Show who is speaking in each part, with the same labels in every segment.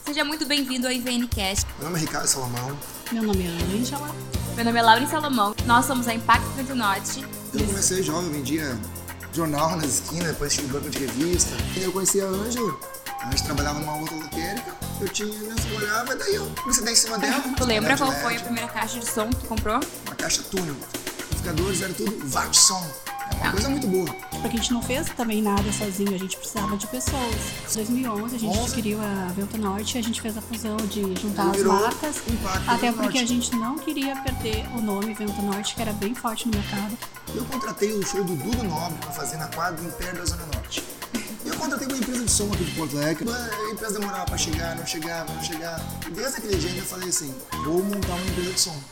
Speaker 1: Seja muito bem-vindo ao IVNcast.
Speaker 2: Meu nome é Ricardo Salomão.
Speaker 3: Meu nome é Ângela.
Speaker 1: Meu nome é Lauren Salomão. Nós somos a Impacto Vento Norte.
Speaker 2: Eu comecei jovem, vendia jornal nas esquinas, depois tive banco de revista. E eu conheci a Ângela. A gente trabalhava numa outra lotérica. Eu trabalhava, e daí eu comecei a dar em cima dela.
Speaker 1: Tu lembra qual foi a primeira caixa de som que tu comprou?
Speaker 2: Uma caixa túnel. Amplificadores, era tudo vácuo de som. É uma coisa muito boa.
Speaker 3: Porque a gente não fez também nada sozinho, a gente precisava de pessoas. Em 2011 a gente adquiriu a Vento Norte e a gente fez a fusão de juntar as marcas. Até porque a gente não queria perder o nome Vento Norte, que era bem forte no mercado.
Speaker 2: Eu contratei o show do Dudu Nobre para fazer na quadra do Império da Zona Norte. E eu contratei uma empresa de som aqui de Porto Alegre. A empresa demorava para chegar, não chegava. E desde aquele dia eu falei assim, vou montar uma empresa de som.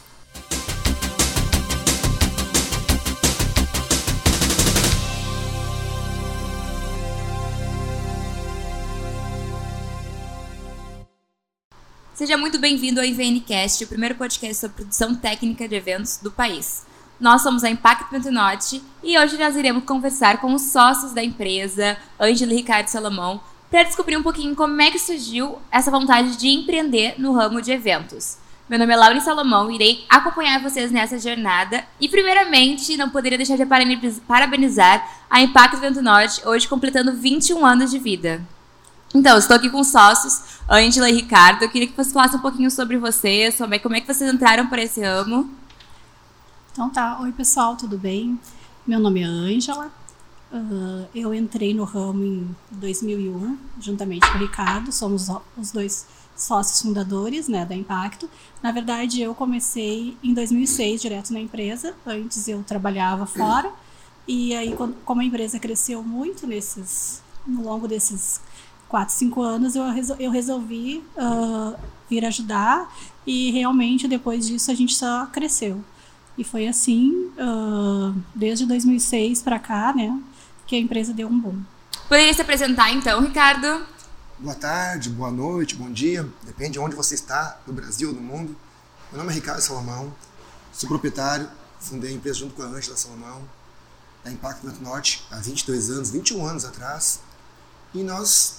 Speaker 1: Seja muito bem-vindo ao IVNcast, o primeiro podcast sobre produção técnica de eventos do país. Nós somos a Impacto Vento Norte e hoje nós iremos conversar com os sócios da empresa, Ângela e Ricardo Salomão, para descobrir um pouquinho como é que surgiu essa vontade de empreender no ramo de eventos. Meu nome é Lauren Salomão e irei acompanhar vocês nessa jornada. E primeiramente, não poderia deixar de parabenizar a Impacto Vento Norte, hoje completando 21 anos de vida. Então, estou aqui com os sócios, Ângela e Ricardo. Eu queria que vocês falassem um pouquinho sobre vocês, sobre como é que vocês entraram por esse ramo.
Speaker 3: Então tá, oi pessoal, tudo bem? Meu nome é Ângela. Eu entrei no ramo em 2001, juntamente com o Ricardo. Somos os dois sócios fundadores, né, da Impacto. Na verdade, eu comecei em 2006 direto na empresa. Antes eu trabalhava fora. E aí, como a empresa cresceu muito no longo desses 4, 5 anos, eu resolvi vir ajudar e realmente depois disso a gente só cresceu. E foi assim, desde 2006 para cá, né, que a empresa deu um boom.
Speaker 1: Poderia se apresentar então, Ricardo?
Speaker 2: Boa tarde, boa noite, bom dia, depende de onde você está, no Brasil ou no mundo. Meu nome é Ricardo Salomão, sou proprietário, fundei a empresa junto com a Ângela Salomão, da Impacto Vento Norte, há 22 anos, 21 anos atrás. E nós,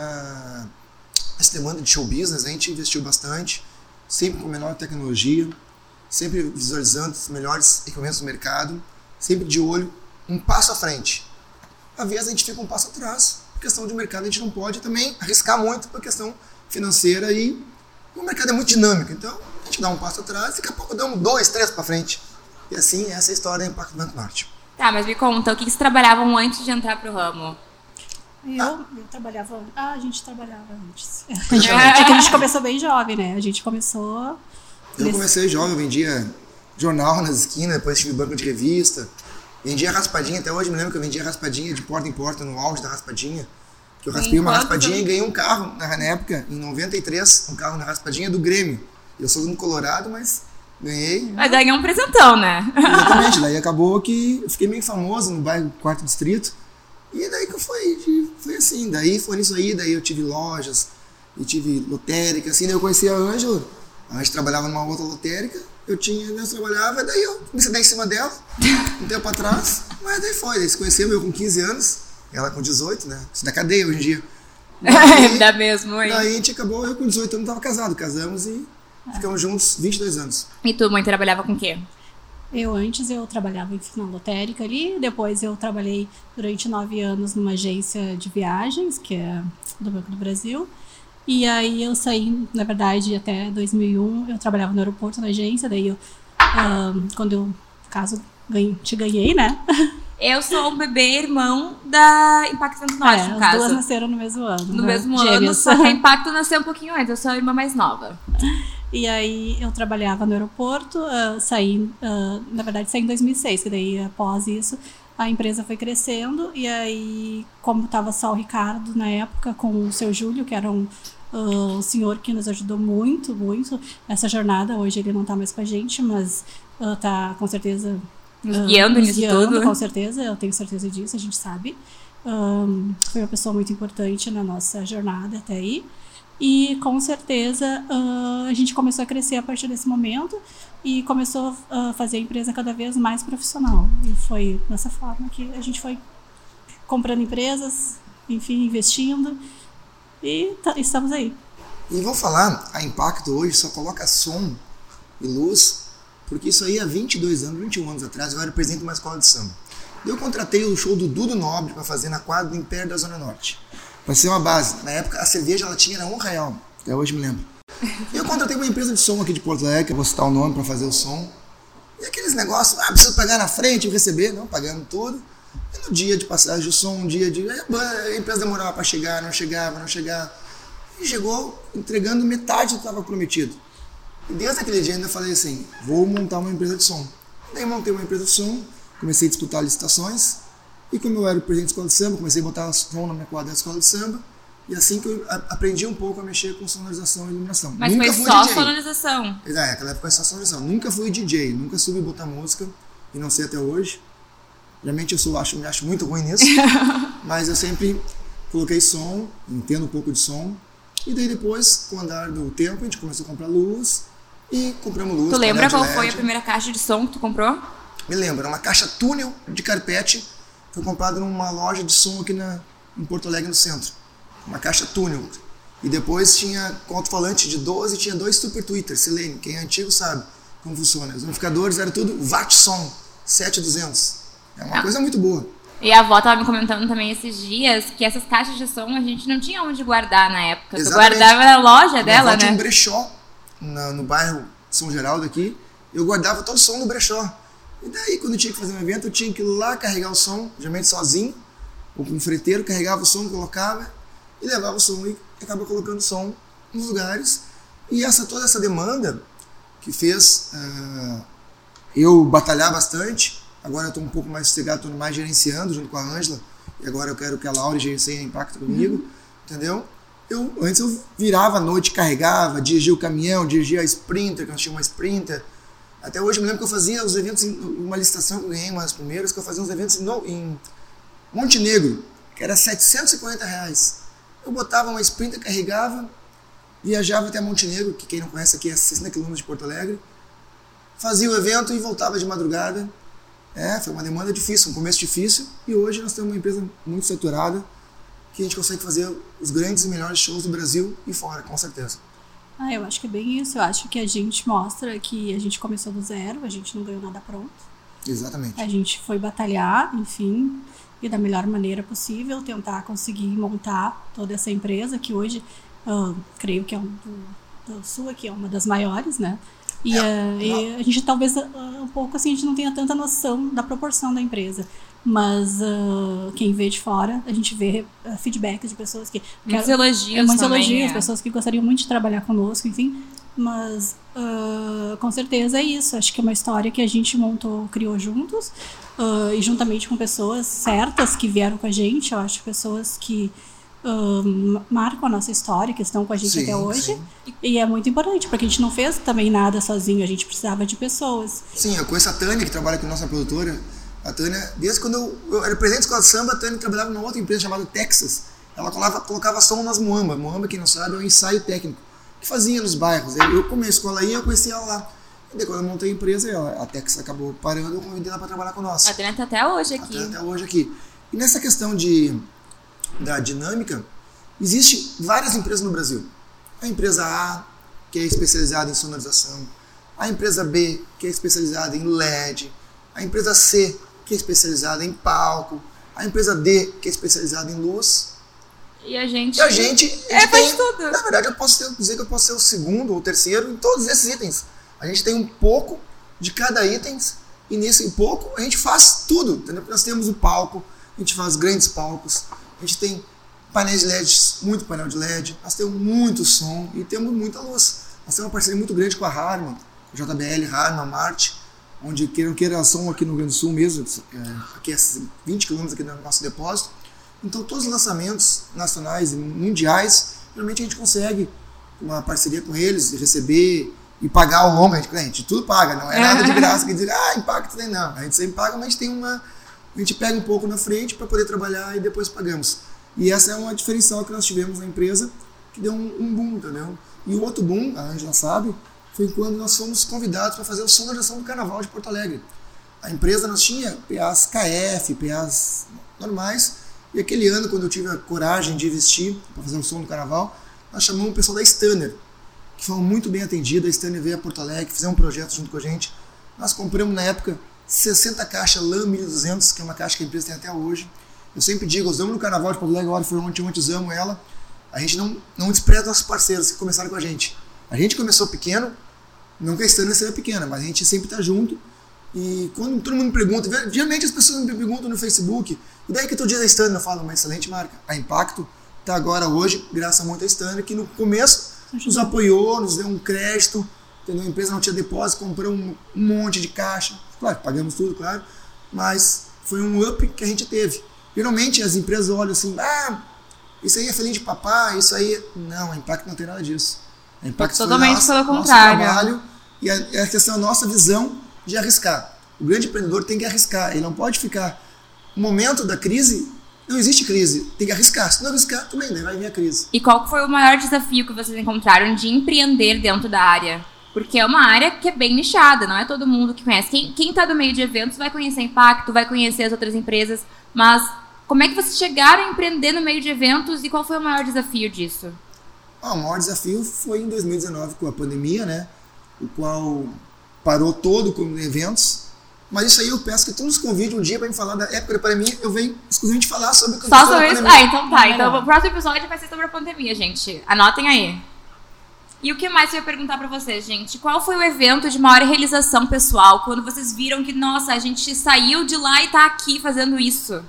Speaker 2: nessa demanda de show business, a gente investiu bastante, sempre com menor tecnologia, sempre visualizando os melhores equipamentos do mercado, sempre de olho, um passo à frente. Às vezes a gente fica um passo atrás, por questão de mercado a gente não pode também arriscar muito por questão financeira e o mercado é muito dinâmico, então a gente dá um passo atrás e daqui a pouco dá 2, 3 para frente. E assim, essa é a história do Impacto Vento Norte.
Speaker 1: Tá, mas me conta, o que vocês trabalhavam antes de entrar pro ramo?
Speaker 3: Eu trabalhava... a gente trabalhava antes. A gente começou bem jovem, né? A gente começou...
Speaker 2: Eu comecei jovem, eu vendia jornal nas esquinas, depois tive banco de revista. Vendia raspadinha, até hoje me lembro que eu vendia raspadinha de porta em porta, no auge da raspadinha. Que eu raspei uma raspadinha e ganhei um carro na época, em 93, um carro na raspadinha do Grêmio. Eu sou do Colorado, mas ganhei.
Speaker 1: Vai ganhar um presentão, né?
Speaker 2: Exatamente, daí acabou que eu fiquei meio famoso no bairro 4º Distrito. E daí que foi assim, daí foi nisso aí, daí eu tive lojas, e tive lotérica, assim, daí eu conheci a Ângela, a gente trabalhava numa outra lotérica, eu trabalhava, daí eu comecei a dar em cima dela, um tempo atrás, mas daí se conhecemos, eu com 15 anos, ela com 18, né, isso da cadeia hoje em dia.
Speaker 1: Dá mesmo, hein?
Speaker 2: Daí a gente acabou, eu com 18 anos tava casamos e ficamos juntos 22 anos.
Speaker 1: E tu, mãe, trabalhava com o quê?
Speaker 3: Antes eu trabalhava na lotérica ali, depois eu trabalhei durante 9 anos numa agência de viagens, que é do Banco do Brasil, e aí eu saí, na verdade, até 2001, eu trabalhava no aeroporto na agência, daí eu, quando eu, te ganhei, né?
Speaker 1: Eu sou um bebê irmão da Impacto Vento Norte, no caso.
Speaker 3: As duas nasceram no mesmo ano.
Speaker 1: No mesmo ano, só que a Impacto nasceu um pouquinho antes, eu sou a irmã mais nova.
Speaker 3: E aí eu trabalhava no aeroporto, saí em 2006, que daí após isso a empresa foi crescendo e aí, como estava só o Ricardo na época com o seu Júlio, que era um senhor que nos ajudou muito, muito nessa jornada, hoje ele não está mais com a gente, mas está com certeza
Speaker 1: nos guiando nisso tudo.
Speaker 3: Com certeza, eu tenho certeza disso, a gente sabe. Foi uma pessoa muito importante na nossa jornada até aí. E com certeza a gente começou a crescer a partir desse momento e começou a fazer a empresa cada vez mais profissional. E foi dessa forma que a gente foi comprando empresas, enfim, investindo e estamos aí.
Speaker 2: E vou falar, a Impacto hoje só coloca som e luz, porque isso aí há 22 anos, 21 anos atrás, eu era presidente de uma escola de samba. Eu contratei o show do Dudu Nobre para fazer na quadra do Império da Zona Norte. Para ser uma base. Na época, a cerveja ela tinha R$1, até hoje me lembro. E eu contratei uma empresa de som aqui de Porto Alegre, que eu vou citar o nome para fazer o som. E aqueles negócios, preciso pagar na frente e receber. Não, pagando tudo. E no dia de passagem do som, um dia de... A empresa demorava para chegar, não chegava. E chegou entregando metade do que estava prometido. E desde aquele dia ainda falei assim, vou montar uma empresa de som. Daí montei uma empresa de som, comecei a disputar licitações, e como eu era o presidente da escola de samba, comecei a botar som na minha quadra da escola de samba, e assim que eu aprendi um pouco a mexer com sonorização e iluminação.
Speaker 1: Mas
Speaker 2: nunca
Speaker 1: foi
Speaker 2: fui
Speaker 1: só
Speaker 2: DJ.
Speaker 1: sonorização?
Speaker 2: Naquela época foi só sonorização. Nunca fui DJ, nunca soube botar música, e não sei até hoje. Realmente eu me acho muito ruim nisso, mas eu sempre coloquei som, entendo um pouco de som, e daí depois, com o andar do tempo, a gente começou a comprar luz, e compramos luz.
Speaker 1: Tu lembra qual
Speaker 2: LED.
Speaker 1: foi a primeira caixa de som que tu comprou?
Speaker 2: Me lembro, era uma caixa túnel de carpete, foi comprada numa loja de som aqui em Porto Alegre, no centro. Uma caixa túnel. E depois tinha com alto-falante de 12 e tinha 2 super tweeters, Silene, quem é antigo sabe como funciona. Os amplificadores eram tudo Watt-Som, 7200. É uma coisa muito boa.
Speaker 1: E a avó tava me comentando também esses dias que essas caixas de som a gente não tinha onde guardar na época.
Speaker 2: Exatamente.
Speaker 1: Tu guardava na loja dela, né?
Speaker 2: Tinha um brechó no bairro São Geraldo aqui. Eu guardava todo o som no brechó. E daí, quando eu tinha que fazer um evento, eu tinha que ir lá carregar o som, geralmente sozinho, ou com um freteiro, carregava o som, colocava e levava o som e acaba colocando o som nos lugares. E toda essa demanda que fez eu batalhar bastante. Agora eu estou um pouco mais sossegado, estou mais gerenciando junto com a Ângela, e agora eu quero que a Laura gerencie a Impacto comigo, entendeu? Antes eu virava à noite, carregava, dirigia o caminhão, dirigia a Sprinter, que nós tínhamos uma Sprinter. Até hoje eu me lembro que eu fazia os eventos, uma licitação que eu ganhei, uma das primeiras, que eu fazia uns eventos em Montenegro, que era R$750. Eu botava uma Sprinter, carregava, viajava até Montenegro, que quem não conhece aqui é 60 km de Porto Alegre, fazia o evento e voltava de madrugada. Foi uma demanda difícil, um começo difícil, e hoje nós temos uma empresa muito saturada, que a gente consegue fazer os grandes e melhores shows do Brasil e fora, com certeza.
Speaker 3: Eu acho que é bem isso. Eu acho que a gente mostra que a gente começou do zero, a gente não ganhou nada pronto.
Speaker 2: Exatamente.
Speaker 3: A gente foi batalhar, enfim, e da melhor maneira possível, tentar conseguir montar toda essa empresa, que hoje, creio que é do Sul aqui, é uma das maiores, né? E a gente talvez um pouco assim, a gente não tenha tanta noção da proporção da empresa. Mas quem vê de fora, a gente vê feedbacks de pessoas que...
Speaker 1: Muitos elogios
Speaker 3: muitos
Speaker 1: também,
Speaker 3: elogios, pessoas que gostariam muito de trabalhar conosco, enfim. Mas com certeza é isso. Acho que é uma história que a gente criou juntos, e juntamente com pessoas certas que vieram com a gente. Eu acho pessoas que marcam a nossa história, que estão com a gente até hoje. Sim. E é muito importante, porque a gente não fez também nada sozinho, a gente precisava de pessoas.
Speaker 2: Sim, eu conheço a Tânia, que trabalha com a nossa produtora. A Tânia, desde quando eu era presidente da escola de samba, a Tânia trabalhava numa outra empresa chamada Texas. Ela colocava som nas muamba. Muamba, quem não sabe, é um ensaio técnico que fazia nos bairros. Eu comecei a escola aí, eu conheci ela lá. E depois eu montei a empresa, a Texas acabou parando, eu convidei ela para trabalhar conosco.
Speaker 1: A Tânia está até hoje aqui.
Speaker 2: Até hoje aqui. E nessa questão da dinâmica, existem várias empresas no Brasil. A empresa A, que é especializada em sonorização. A empresa B, que é especializada em LED. A empresa C, que é especializada em palco. A empresa D, que é especializada em luz.
Speaker 1: E a gente
Speaker 2: faz
Speaker 1: tudo.
Speaker 2: Na verdade, eu posso dizer que eu posso ser o segundo ou terceiro em todos esses itens. A gente tem um pouco de cada item, e nesse pouco a gente faz tudo. Entendeu? Nós temos o palco, a gente faz grandes palcos, a gente tem painéis de LED, muito painel de LED, nós temos muito som e temos muita luz. Nós temos uma parceria muito grande com a Harman, JBL, Harman, Marte, onde queira som aqui no Rio Grande do Sul mesmo, aqui é 20 km aqui do nosso depósito. Então todos os lançamentos nacionais e mundiais, realmente a gente consegue uma parceria com eles, receber e pagar ao longo. A gente tudo paga, não é nada de graça que dizer, Impacto tem, não. A gente sempre paga, mas a gente pega um pouco na frente para poder trabalhar e depois pagamos. E essa é uma diferencial que nós tivemos na empresa, que deu um boom, entendeu? E o outro boom, a Ângela sabe, foi quando nós fomos convidados para fazer a sonorização do Carnaval de Porto Alegre. A empresa, nós tinha PAs KF, PAs normais, e aquele ano, quando eu tive a coragem de investir para fazer o som do Carnaval, nós chamamos o pessoal da Stanner, que foram muito bem atendidos. A Stanner veio a Porto Alegre, fizeram um projeto junto com a gente. Nós compramos na época 60 caixas LAM 1200, que é uma caixa que a empresa tem até hoje. Eu sempre digo, usamos no Carnaval de Porto Alegre, agora foi ontem usamos ela. A gente não despreza nossos parceiros que começaram com a gente. A gente começou pequeno, não que a Stanner seja pequena, mas a gente sempre está junto. E quando todo mundo me pergunta, geralmente as pessoas me perguntam no Facebook, e daí que tu diz a Stanner? Eu falo, uma excelente marca. A Impacto está agora hoje, graças muito à Stanner, que no começo nos apoiou, nos deu um crédito, entendeu? A empresa não tinha depósito, comprou um monte de caixa. Claro, pagamos tudo, claro, mas foi um up que a gente teve. Geralmente as empresas olham assim, isso aí é filhinho de papai, isso aí... Não, a Impacto não tem nada disso. A Impacto
Speaker 1: totalmente pelo
Speaker 2: nosso
Speaker 1: contrário.
Speaker 2: Trabalho, e a questão é a nossa visão de arriscar. O grande empreendedor tem que arriscar, ele não pode ficar... No momento da crise, não existe crise, tem que arriscar. Se não arriscar, também daí vai vir a crise.
Speaker 1: E qual foi o maior desafio que vocês encontraram de empreender dentro da área? Porque é uma área que é bem nichada, não é todo mundo que conhece. Quem está do meio de eventos vai conhecer Impacto, vai conhecer as outras empresas, mas como é que vocês chegaram a empreender no meio de eventos e qual foi o maior desafio disso?
Speaker 2: O maior desafio foi em 2019 com a pandemia, né? O qual parou todo com eventos. Mas isso aí eu peço que tu nos convide um dia para me falar da época da pandemia. Eu venho exclusivamente falar sobre o que
Speaker 1: só sobre isso? Então tá. Então o próximo episódio vai ser sobre a pandemia, gente. Anotem aí. E o que mais eu ia perguntar para vocês, gente? Qual foi o evento de maior realização pessoal? Quando vocês viram que, nossa, a gente saiu de lá e tá aqui fazendo isso?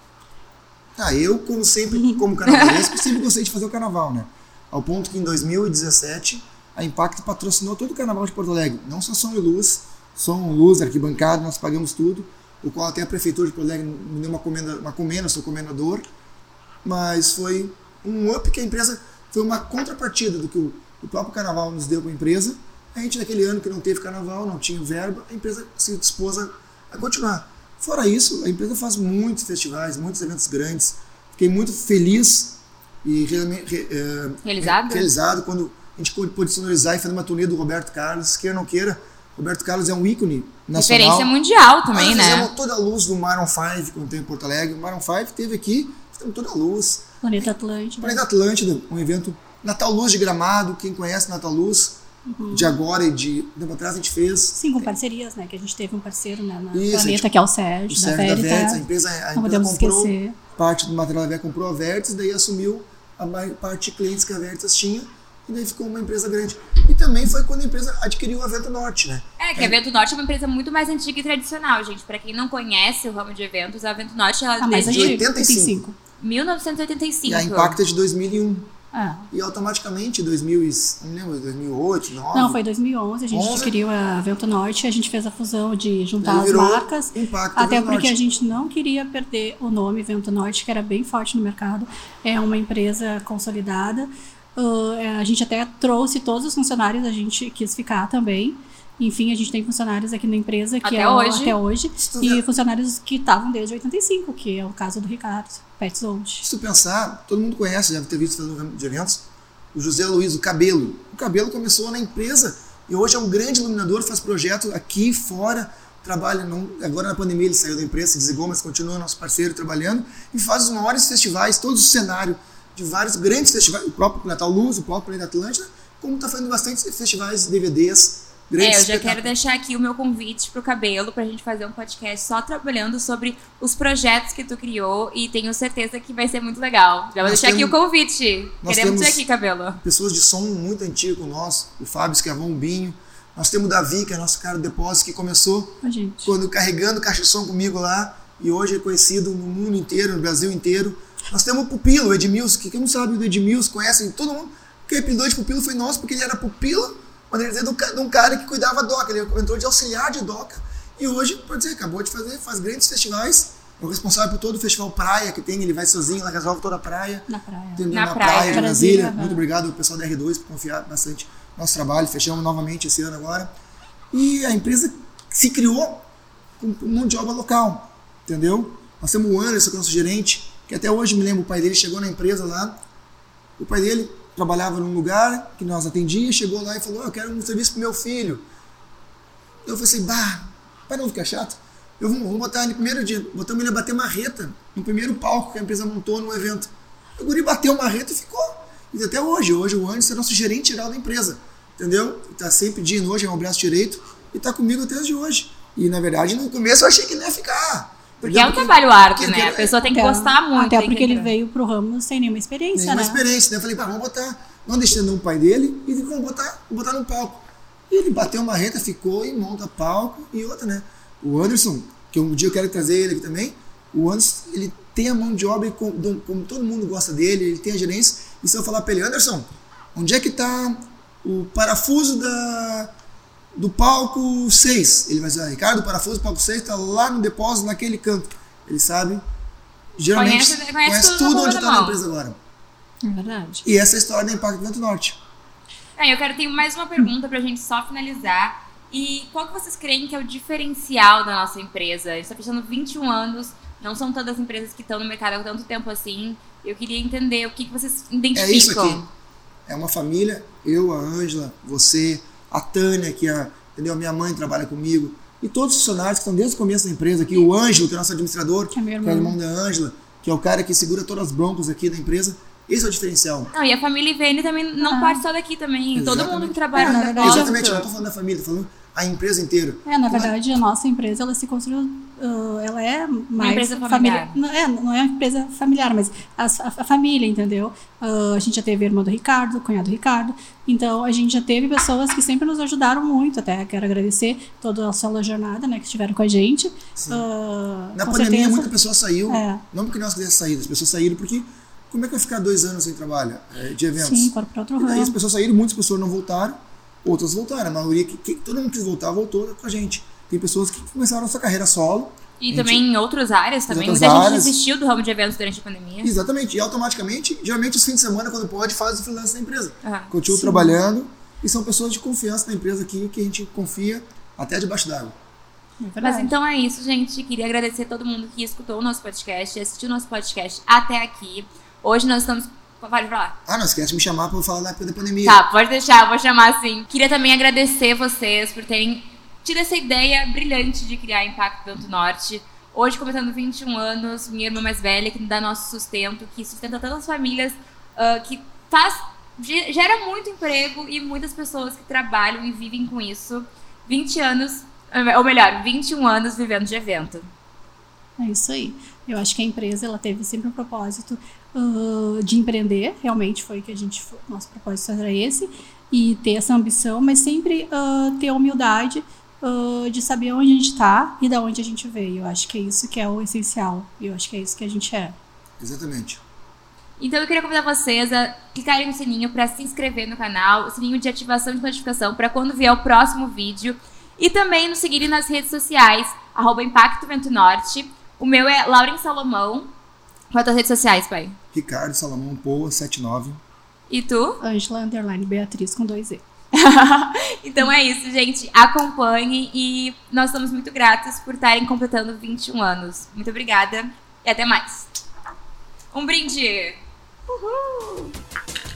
Speaker 2: Eu, como sempre, como carnavalesco, sempre gostei de fazer o carnaval, né? Ao ponto que em 2017 a Impacto patrocinou todo o carnaval de Porto Alegre. Não só som e luz, arquibancada, nós pagamos tudo. O qual até a prefeitura de Porto Alegre me deu uma comenda, sou comendador. Mas foi um up que a empresa... Foi uma contrapartida do que o próprio carnaval nos deu para a empresa. A gente, naquele ano que não teve carnaval, não tinha verba, a empresa se dispôs a continuar. Fora isso, a empresa faz muitos festivais, muitos eventos grandes. Fiquei muito feliz e realizado quando a gente pôde sonorizar e fazer uma turnê do Roberto Carlos. Queira ou não queira, Roberto Carlos é um ícone nacional.
Speaker 1: Referência mundial também,
Speaker 2: nós
Speaker 1: né?
Speaker 2: Fizemos toda a luz do Maroon 5 quando teve em Porto Alegre. O Maroon 5 teve aqui, fizemos toda a luz.
Speaker 3: Planeta Atlântida.
Speaker 2: Planeta Atlântida, um evento Natal Luz de Gramado. Quem conhece Natal Luz, de agora e de tempo atrás a gente fez.
Speaker 3: Sim, com parcerias, né? Que a gente teve um parceiro, né, na
Speaker 2: Isso,
Speaker 3: Planeta, que é o Sérgio da Veritas.
Speaker 2: A empresa
Speaker 3: não podemos
Speaker 2: comprou
Speaker 3: esquecer.
Speaker 2: Parte do material da Veritas, comprou a Veritas, daí assumiu a parte de clientes que a Veritas tinha, e daí ficou uma empresa grande. E também foi quando a empresa adquiriu o Evento Norte, né?
Speaker 1: Que a Evento Norte é uma empresa muito mais antiga e tradicional, gente. Pra quem não conhece o ramo de eventos, a Evento Norte ela
Speaker 3: desde
Speaker 2: 85.
Speaker 1: 1985.
Speaker 2: E a Impacto é de 2001.
Speaker 3: Ah.
Speaker 2: E automaticamente, 2008, 2009...
Speaker 3: Não, foi 2011, a gente adquiriu a Evento Norte, a gente fez a fusão de juntar as marcas,
Speaker 2: Impacto,
Speaker 3: até
Speaker 2: Evento
Speaker 3: porque
Speaker 2: Norte.
Speaker 3: a gente não queria perder o nome Evento Norte, que era bem forte no mercado, é uma empresa consolidada, a gente até trouxe todos os funcionários, a gente quis ficar também. Enfim, a gente tem funcionários aqui na empresa que até hoje e funcionários que estavam desde 85, que é o caso do Ricardo Petzold.
Speaker 2: Se tu pensar, todo mundo conhece, deve ter visto fazendo ramo de eventos, o José Luiz, o Cabelo. O Cabelo começou na empresa e hoje é um grande iluminador, faz projeto aqui fora, trabalha, agora na pandemia ele saiu da empresa, se desligou, mas continua nosso parceiro trabalhando e faz os maiores festivais, todo o cenário de vários grandes festivais, o próprio Natal Luz, o próprio Planeta Atlântida, como está fazendo bastante festivais, DVDs.
Speaker 1: Eu já quero deixar aqui o meu convite pro Cabelo pra gente fazer um podcast só trabalhando sobre os projetos que tu criou e tenho certeza que vai ser muito legal. Já vou deixar aqui o convite. Queremos ter aqui, Cabelo.
Speaker 2: Pessoas de som muito antigas com nós, o Fábio Escavão, o Binho. Nós temos o Davi, que é nosso cara do depósito, que começou quando carregando caixa de som comigo lá e hoje é conhecido no mundo inteiro, no Brasil inteiro. Nós temos o Pupilo, o Edmilson, que quem não sabe do Edmilson, conhece todo mundo. Quem apelidou de Pupilo foi nosso, porque ele era pupilo. Quando ele dizia de um cara que cuidava da doca, ele entrou de auxiliar de doca e hoje, pode dizer, acabou de fazer, faz grandes festivais, é o responsável por todo o festival praia que tem, ele vai sozinho, lá resolve toda a praia.
Speaker 3: Na praia.
Speaker 2: Na praia de Brasília. Muito obrigado ao pessoal da R2 por confiar bastante no nosso trabalho, fechamos novamente esse ano agora. E a empresa se criou com mão de obra local, entendeu? Nós temos o Anderson, que é o nosso gerente, que até hoje me lembro, o pai dele chegou na empresa lá, o pai dele trabalhava num lugar que nós atendíamos, chegou lá e falou, eu quero um serviço pro meu filho. Eu falei assim, para não ficar chato, eu vou botar ele no primeiro dia, botamos ele a bater marreta no primeiro palco que a empresa montou no evento. O guri bateu marreta e ficou. E até hoje o Anderson é nosso gerente geral da empresa, entendeu? Está sempre dia e noite, é um braço direito, e está comigo até de hoje. E, na verdade, no começo eu achei que não ia ficar.
Speaker 1: Porque é um trabalho árduo, né? A pessoa tem que gostar muito.
Speaker 3: Até porque ele veio pro ramo sem nenhuma experiência,
Speaker 2: nenhuma experiência, né? Eu falei, vamos botar, não deixando o pai dele, e vamos botar no palco. E ele bateu uma reta, ficou e monta palco e outra, né? O Anderson, que um dia eu quero trazer ele aqui também, o Anderson, ele tem a mão de obra, e como todo mundo gosta dele, ele tem a gerência, e se eu falar para ele, Anderson, onde é que está o parafuso do palco 6? Ele vai dizer, Ricardo, o parafuso do palco 6 está lá no depósito, naquele canto. Ele sabe, geralmente, conhece tudo onde está na empresa agora.
Speaker 3: É verdade.
Speaker 2: E essa é a história da Impacto Vento Norte.
Speaker 1: Eu ter mais uma pergunta pra gente só finalizar. E qual que vocês creem que é o diferencial da nossa empresa? A gente está fechando 21 anos, não são todas as empresas que estão no mercado há tanto tempo assim. Eu queria entender o que vocês identificam.
Speaker 2: É isso aqui. É uma família, eu, a Ângela, você, a Tânia, que entendeu? A minha mãe trabalha comigo, e todos os funcionários que estão desde o começo da empresa aqui, o Ângelo, que é nosso administrador, que é o irmão da Ângela, que é o cara que segura todas as broncas aqui da empresa. Esse é o diferencial.
Speaker 1: Não, e a família IVN também não parte só daqui também.
Speaker 2: Exatamente.
Speaker 1: Todo mundo que trabalha no negócio.
Speaker 2: Exatamente, eu não estou falando da família, estou falando a empresa inteira.
Speaker 3: Na verdade, a nossa empresa, ela se construiu, ela é mais...
Speaker 1: Uma empresa familiar.
Speaker 3: Não é uma empresa familiar, mas a família, entendeu? A gente já teve a irmã do Ricardo, o cunhado do Ricardo, então a gente já teve pessoas que sempre nos ajudaram muito, até quero agradecer toda a sua jornada, né, que estiveram com a gente.
Speaker 2: Na pandemia, muita pessoa saiu, não porque nós quisemos sair, as pessoas saíram porque como é que vai ficar 2 anos sem trabalho de eventos?
Speaker 3: Sim, para outro ramo.
Speaker 2: E daí as pessoas saíram, muitas pessoas não voltaram, outras voltaram. A maioria, todo mundo que quis voltar, voltou com a gente. Tem pessoas que começaram a sua carreira solo.
Speaker 1: E também em outras áreas também. Muita gente desistiu do ramo de eventos durante a pandemia.
Speaker 2: Exatamente. E automaticamente, geralmente os fins de semana, quando pode, faz o freelance da empresa. Continua trabalhando e são pessoas de confiança da empresa aqui, que a gente confia até debaixo d'água.
Speaker 1: Mas então é isso, gente. Queria agradecer a todo mundo que escutou o nosso podcast, assistiu o nosso podcast até aqui. Hoje nós estamos... Pode falar.
Speaker 2: Não esquece de me chamar para falar da época da pandemia.
Speaker 1: Tá, pode deixar, vou chamar sim. Queria também agradecer vocês por terem tido essa ideia brilhante de criar Impacto Vento Norte. Hoje, completando 21 anos, minha irmã mais velha, que dá nosso sustento, que sustenta tantas as famílias, que gera muito emprego e muitas pessoas que trabalham e vivem com isso. 20 anos, ou melhor, 21 anos vivendo de evento.
Speaker 3: É isso aí. Eu acho que a empresa ela teve sempre um propósito de empreender, realmente foi que nosso propósito era esse, e ter essa ambição, mas sempre ter a humildade de saber onde a gente está e de onde a gente veio. Eu acho que é isso que é o essencial, eu acho que é isso que a gente é.
Speaker 2: Exatamente.
Speaker 1: Então eu queria convidar vocês a clicarem no sininho para se inscrever no canal, o sininho de ativação de notificação para quando vier o próximo vídeo, e também nos seguirem nas redes sociais, @Impacto Vento Norte. O meu é Lauren Salomão. Quais as redes sociais, pai?
Speaker 2: Ricardo Salomão Poa 79.
Speaker 1: E tu?
Speaker 3: Ângela _Beatriz com 2 E.
Speaker 1: Então é isso, gente. Acompanhem e nós estamos muito gratos por estarem completando 21 anos. Muito obrigada e até mais. Um brinde! Uhul!